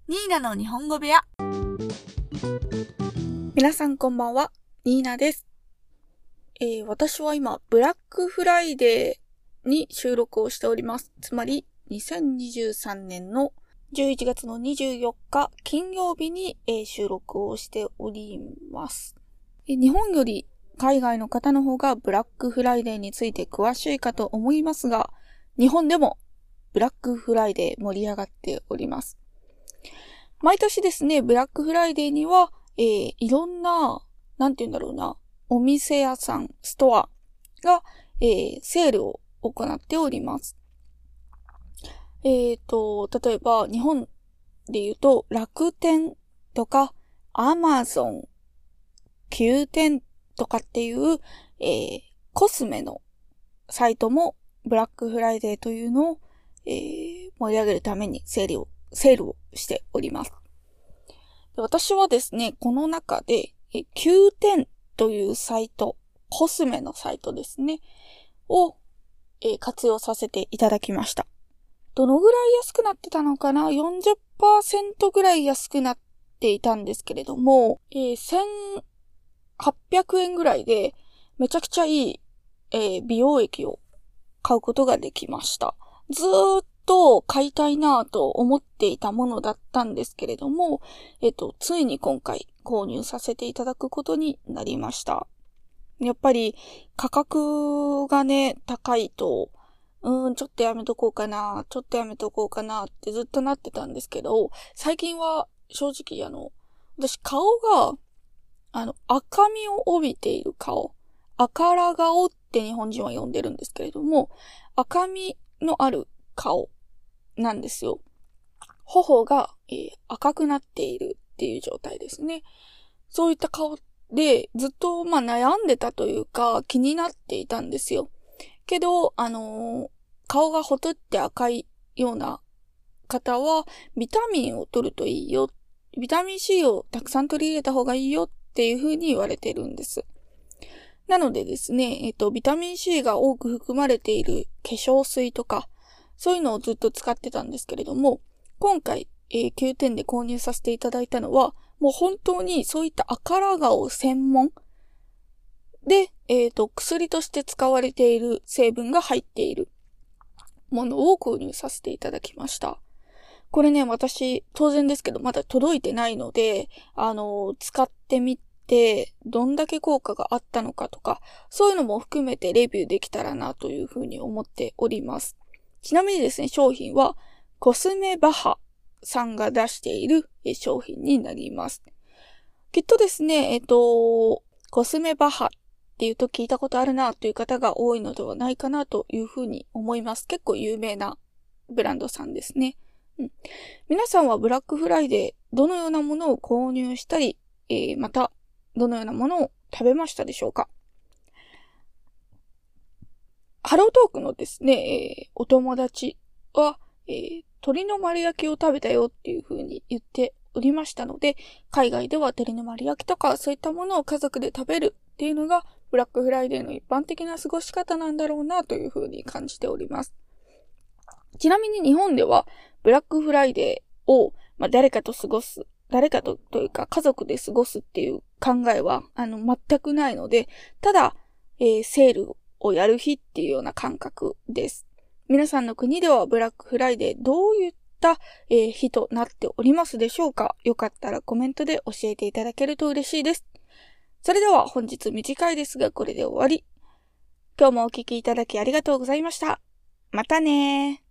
ニーナの日本語部屋。皆さんこんばんは、ニーナです。私は今、ブラックフライデーに収録をしております。つまり、2023年の11月の24日金曜日に、収録をしております。日本より海外の方の方がブラックフライデーについて詳しいかと思いますが、日本でもブラックフライデー盛り上がっております。毎年ですね、ブラックフライデーには、いろんな、お店屋さん、ストアが、セールを行っております。例えば、日本で言うと、楽天とか、アマゾン、Q店とかっていう、コスメのサイトも、ブラックフライデーというのを、盛り上げるためにセールをしております。私はですね、この中で、Q店というサイト、コスメのサイトですね、を、活用させていただきました。どのぐらい安くなってたのかな？ 40% ぐらい安くなっていたんですけれども、1800円ぐらいで、めちゃくちゃいい、美容液を買うことができました。ずーっと買いたいなぁと思っていたものだったんですけれども、ついに今回購入させていただくことになりました。やっぱり価格がね、高いと、ちょっとやめとこうかなってずっとなってたんですけど、最近は正直私顔が、赤みを帯びている顔、赤ら顔って日本人は呼んでるんですけれども、赤みのある顔なんですよ。頬が、赤くなっているっていう状態ですね。そういった顔でずっと悩んでたというか気になっていたんですよ。けど、顔がほとって赤いような方はビタミンを取るといいよ。ビタミン C をたくさん取り入れた方がいいよっていう風に言われてるんです。なのでですね、ビタミン C が多く含まれている化粧水とか、そういうのをずっと使ってたんですけれども、今回、Q店で購入させていただいたのは、もう本当にそういった赤ら顔専門で、薬として使われている成分が入っているものを購入させていただきました。これね、私、当然ですけど、まだ届いてないので、使ってみて、どんだけ効果があったのかとか、そういうのも含めてレビューできたらなというふうに思っております。ちなみにですね、商品は、コスメバハさんが出している商品になります。きっとですね、コスメバハっていうと聞いたことあるなという方が多いのではないかなというふうに思います。結構有名なブランドさんですね。皆さんはブラックフライデーどのようなものを購入したり、またどのようなものを食べましたでしょうか？ハロートークのですね、お友達は、鶏の丸焼きを食べたよっていう風に言っておりましたので、海外では鶏の丸焼きとかそういったものを家族で食べるっていうのがブラックフライデーの一般的な過ごし方なんだろうなという風に感じております。ちなみに日本ではブラックフライデーを、誰かとというか家族で過ごすっていう考えは全くないので、ただ、セールをやる日っていうような感覚です。皆さんの国ではブラックフライデーどういった、日となっておりますでしょうか？よかったらコメントで教えていただけると嬉しいです。それでは本日短いですがこれで終わり。今日もお聞きいただきありがとうございました。またねー。